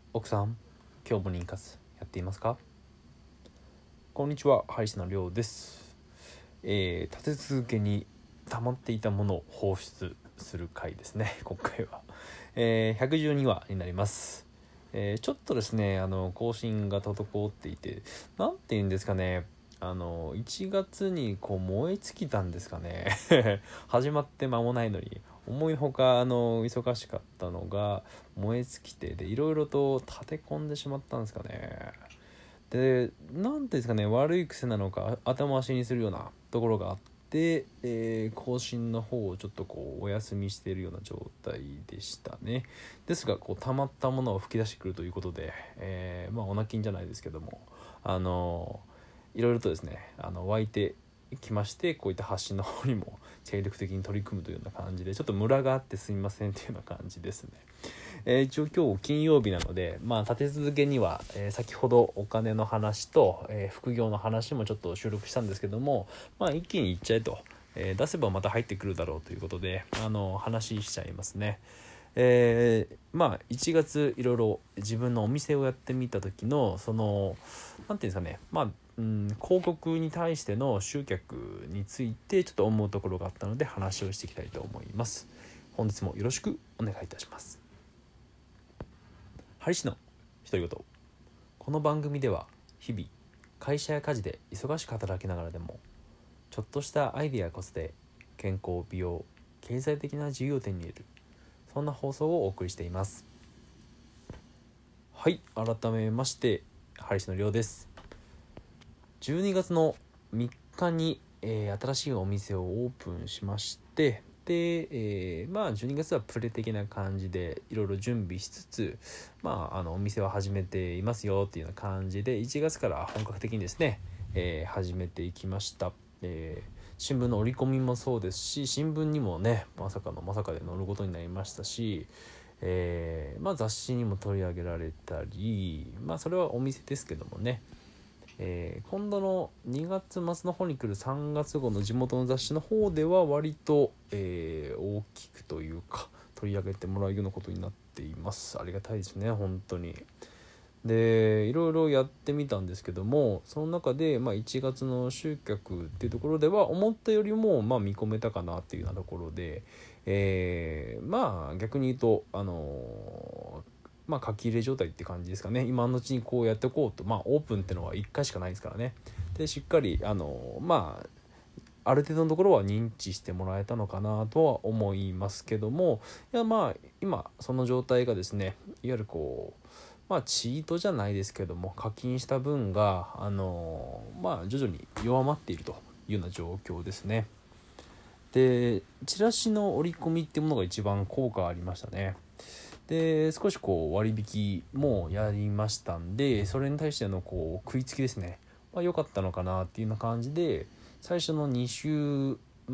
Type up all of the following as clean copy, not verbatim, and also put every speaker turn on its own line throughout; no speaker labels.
奥さん、今日も妊活やっていますか？こんにちは、歯医師のりょうです。立て続けに溜まっていたものを放出する回ですね。今回は、112話になります。ちょっとですね、更新が滞っていて、なんて言うんですかね、1月に燃え尽きたんですかね。始まって間もないのに思いのほか忙しかったのが燃え尽きて、でいろいろと立て込んでしまったんですかね。でなんていうんですかね、悪い癖なのか頭足にするようなところがあって、更新の方をちょっとお休みしているような状態でしたね。ですが溜まったものを吹き出してくるということで、お泣きんじゃないですけども、いろいろとですね湧いてきまして、こういった発信の方にも精力的に取り組むというような感じで、ちょっとムラがあってすみませんというような感じですね。一応今日金曜日なので、立て続けには、先ほどお金の話と、副業の話もちょっと収録したんですけども、一気にいっちゃえと、出せばまた入ってくるだろうということで話しちゃいますね。1月いろいろ自分のお店をやってみた時のなんていうんですかね、広告に対しての集客についてちょっと思うところがあったので話をしていきたいと思います。本日もよろしくお願いいたします。ハリシの独り言。この番組では日々会社や家事で忙しく働きながらでもちょっとしたアイデアやコツで健康、美容、経済的な自由を手に入れる、そんな放送をお送りしています。はい、改めましてハリシのりょうです。12月の3日に、新しいお店をオープンしまして、で、12月はプレ的な感じでいろいろ準備しつつ、お店は始めていますよっていうような感じで1月から本格的にですね、始めていきました。新聞の折り込みもそうですし、新聞にもねまさかのまさかで載ることになりましたし、雑誌にも取り上げられたり、それはお店ですけどもね、今度の2月末の方に来る3月号の地元の雑誌の方では割と、大きくというか取り上げてもらうようなことになっています。ありがたいですね、本当に。でいろいろやってみたんですけども、その中で、1月の集客っていうところでは思ったよりも見込めたかなっていうようなところで、逆に言うと書き入れ状態って感じですかね。今のうちにこうやっておこうと、オープンってのは1回しかないですからね。でしっかりある程度のところは認知してもらえたのかなとは思いますけども、今その状態がですね、いわゆるチートじゃないですけども課金した分が徐々に弱まっているというような状況ですね。でチラシの折り込みっていうものが一番効果ありましたね。で少し割引もやりましたんで、それに対しての食いつきですね、良かったのかなっていうような感じで、最初の2週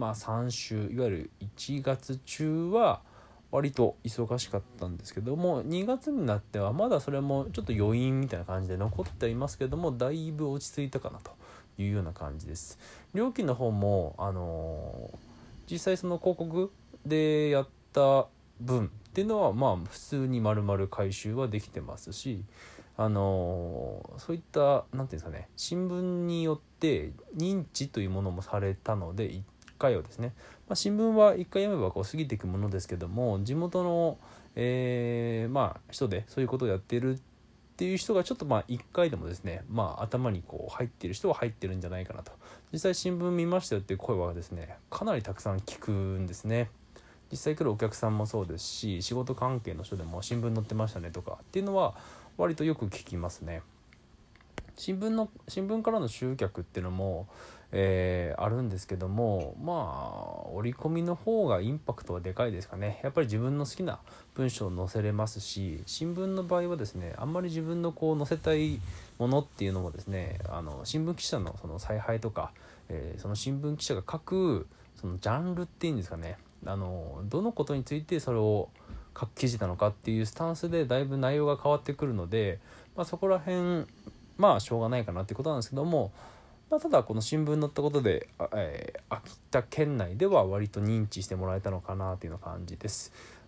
3週、いわゆる1月中は割と忙しかったんですけども、2月になってはまだそれもちょっと余韻みたいな感じで残っていますけども、だいぶ落ち着いたかなというような感じです。料金の方も実際その広告でやった分っていうのは普通に丸々回収はできてますし、そういったなんていうんですかね、新聞によって認知というものもされたので、1回はですね、新聞は1回読めば過ぎていくものですけども、地元の、人でそういうことをやってるっていう人がちょっと1回でもですね、頭に入っている人は入ってるんじゃないかなと。実際新聞見ましたよっていう声はですね、かなりたくさん聞くんですね。実際来るお客さんもそうですし、仕事関係の人でも新聞載ってましたねとかっていうのは割とよく聞きますね。新聞からの集客っていうのも、あるんですけども、折り込みの方がインパクトはでかいですかね。やっぱり自分の好きな文章を載せれますし、新聞の場合はですね、あんまり自分の載せたいものっていうのもですね、新聞記者のその采配とか、その新聞記者が書くそのジャンルっていうんですかね、どのことについてそれを書く記事なのかっていうスタンスでだいぶ内容が変わってくるので、そこら辺しょうがないかなっていうことなんですけども、ただこの新聞に載ったことで、秋田県内では割と認知してもらえたのかなっていうような感じです。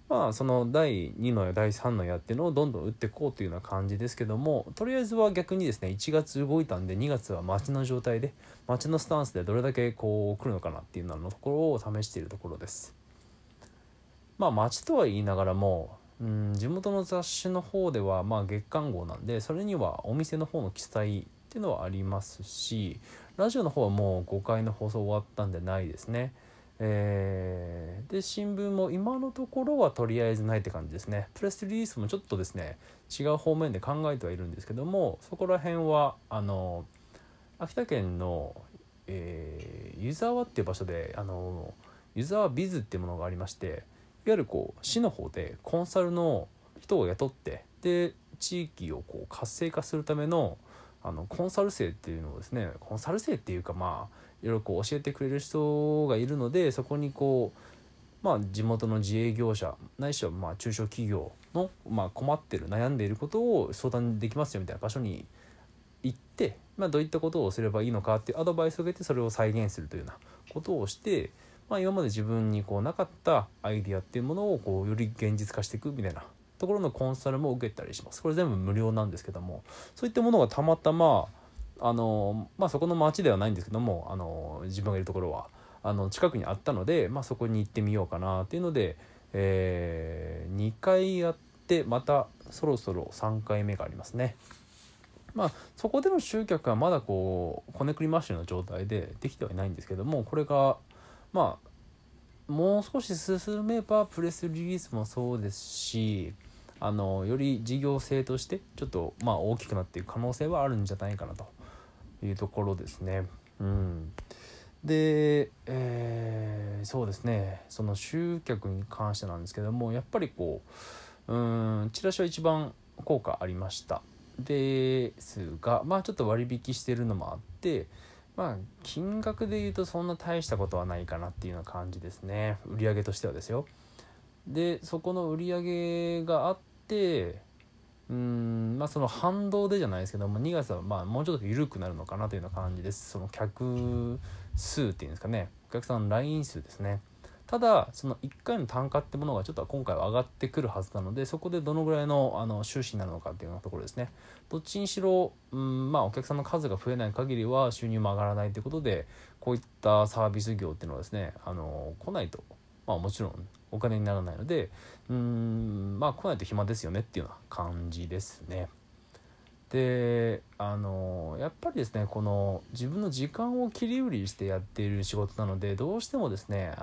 その第2の矢第3の矢っていうのをどんどん打っていこうというような感じですけども、とりあえずは逆にですね1月動いたんで2月は待ちの状態で、待ちのスタンスでどれだけこう来るのかなっていうのところを試しているところです。待ちとは言いながらも地元の雑誌の方では月刊号なんで、それにはお店の方の記載っていうのはありますし、ラジオの方はもう5回の放送終わったんでないですね。で新聞も今のところはとりあえずないって感じですね。プレスリリースもちょっとですね違う方面で考えてはいるんですけども、そこら辺は秋田県の、湯沢っていう場所で湯沢ビズっていうものがありまして、いわゆるこう市の方でコンサルの人を雇って、で地域をこう活性化するためのコンサル生っていうのをですね、コンサル生っていうかいろいろこう教えてくれる人がいるので、そこにこう地元の自営業者ないしは中小企業の困ってる悩んでいることを相談できますよみたいな場所に行って、どういったことをすればいいのかっていうアドバイスを受けて、それを再現するというようなことをして、今まで自分にこうなかったアイディアっていうものをこうより現実化していくみたいなところのコンサルも受けたりします。これ全部無料なんですけども、そういったものがたまたまそこの町ではないんですけども、自分がいるところは近くにあったので、そこに行ってみようかなっていうので、2回やって、またそろそろ3回目がありますね。そこでの集客はまだこうこねくり回しの状態でできてはいないんですけども、これがもう少し進めばプレスリリースもそうですし、より事業性としてちょっと大きくなっていく可能性はあるんじゃないかなというところですね。で、そうですね、その集客に関してなんですけども、やっぱりこうチラシは一番効果ありましたですが、ちょっと割引してるのもあって、金額で言うとそんな大したことはないかなっていうような感じですね、売上としてはですよ。でそこの売上があって、その反動でじゃないですけども、2月はもうちょっと緩くなるのかなというような感じです。その客数っていうんですかね、お客さんの LINE 数ですね。ただその1回の単価ってものがちょっと今回は上がってくるはずなので、そこでどのぐらいの収支になるのかっていうようなところですね。どっちにしろお客さんの数が増えない限りは収入も上がらないということで、こういったサービス業っていうのはですね来ないともちろんお金にならないので、来ないと暇ですよねっていうような感じですね。でやっぱりですね、この自分の時間を切り売りしてやっている仕事なので、どうしてもですね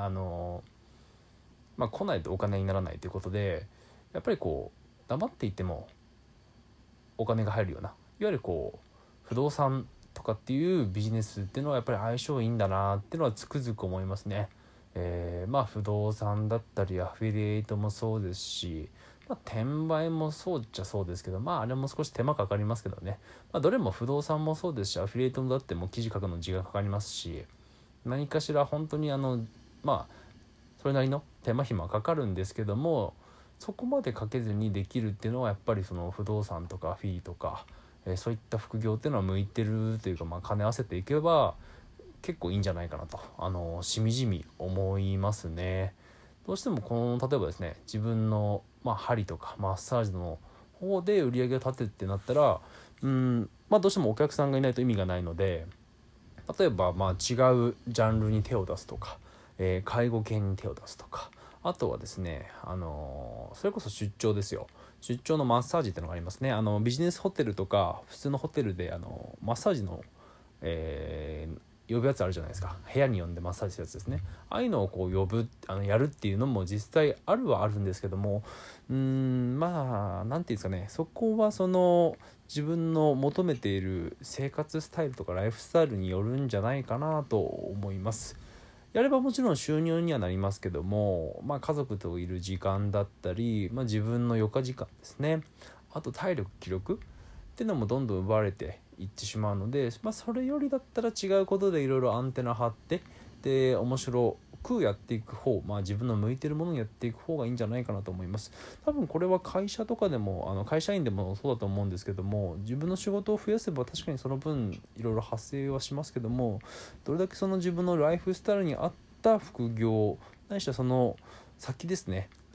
来ないとお金にならないということで、やっぱりこう黙っていてもお金が入るような、いわゆるこう不動産とかっていうビジネスっていうのはやっぱり相性いいんだなっていうのはつくづく思いますね。不動産だったりアフィリエイトもそうですし、転売もそうっちゃそうですけど、あれも少し手間かかりますけどね、どれも不動産もそうですし、アフィリエイトもだってもう記事書くの時間かかりますし、何かしら本当にそれなりの手間暇かかるんですけども、そこまでかけずにできるっていうのはやっぱりその不動産とかアフィリとか、そういった副業っていうのは向いてるというか、兼ね合わせていけば結構いいんじゃないかなとしみじみ思いますね。どうしても例えばですね、自分の針とかマッサージの方で売り上げを立てってなったらどうしてもお客さんがいないと意味がないので、例えば違うジャンルに手を出すとか、介護系に手を出すとか、あとはですねそれこそ出張ですよ。出張のマッサージっていうのがありますね。ビジネスホテルとか普通のホテルでマッサージの、呼ぶやつあるじゃないですか。部屋に呼んでマッサージするやつですね。ああいうのをこう呼ぶやるっていうのも実際あるはあるんですけども、なんていうんですかね、そこはその自分の求めている生活スタイルとかライフスタイルによるんじゃないかなと思います。やればもちろん収入にはなりますけども、家族といる時間だったり、自分の余暇時間ですね、あと体力気力っていうのもどんどん奪われていってしまうので、それよりだったら違うことでいろいろアンテナ張って、で面白くやっていく方、自分の向いてるものにやっていく方がいいんじゃないかなと思います。多分これは会社とかでも会社員でもそうだと思うんですけども、自分の仕事を増やせば確かにその分いろいろ発生はしますけども、どれだけその自分のライフスタイルに合った副業ないしはその先ですね、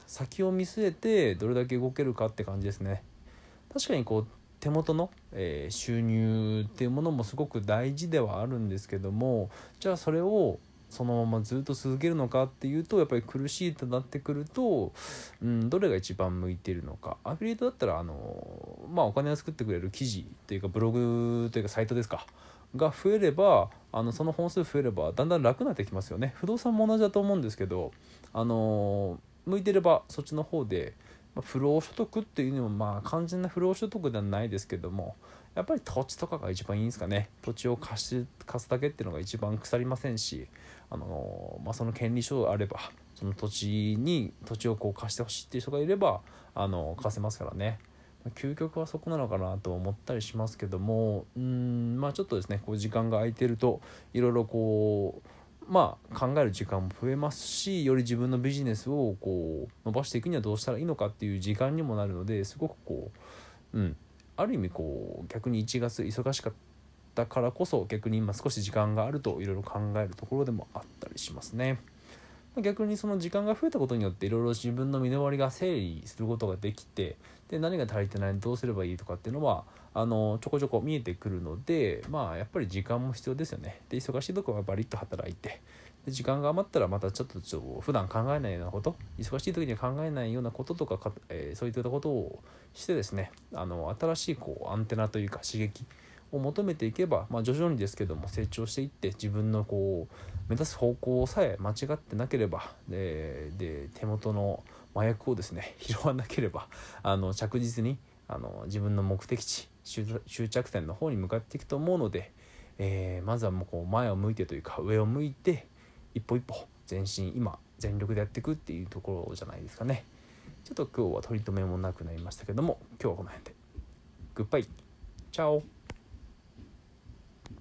先を見据えてどれだけ動けるかって感じですね。確かにこう手元の、収入っていうものもすごく大事ではあるんですけども、じゃあそれをそのままずっと続けるのかっていうとやっぱり苦しいとなってくると、どれが一番向いているのか。アフィリエイトだったらお金を作ってくれる記事というかブログというかサイトですかが増えれば、その本数増えればだんだん楽になってきますよね。不動産も同じだと思うんですけど、向いてればそっちの方で、不労所得っていうのも完全な不労所得ではないですけども、やっぱり土地とかが一番いいんですかね。土地を貸すだけっていうのが一番腐りませんし、その権利書があればその土地をこう貸してほしいっていう人がいれば貸せますからね。究極はそこなのかなと思ったりしますけども、ちょっとですねこう時間が空いてるといろいろこう考える時間も増えますし、より自分のビジネスをこう伸ばしていくにはどうしたらいいのかっていう時間にもなるので、すごくこう、ある意味こう逆に1月忙しかったからこそ逆に今少し時間があるといろいろ考えるところでもあったりしますね。逆にその時間が増えたことによっていろいろ自分の身の回りが整理することができて、で何が足りてないどうすればいいとかっていうのはちょこちょこ見えてくるので、やっぱり時間も必要ですよね。で忙しいところはバリッと働いて、で時間が余ったらまたちょっと普段考えないようなこと、忙しい時には考えないようなこととかそういったことをしてですね、新しいこうアンテナというか刺激を求めていけば、徐々にですけども成長していって、自分のこう目指す方向さえ間違ってなければ、で手元の麻薬をですね拾わなければ着実に自分の目的地終着点の方に向かっていくと思うので、まずはもうこう前を向いてというか上を向いて一歩一歩前進、今全力でやっていくっていうところじゃないですかね。ちょっと今日は取り留めもなくなりましたけども、今日はこの辺でグッバイチャオ。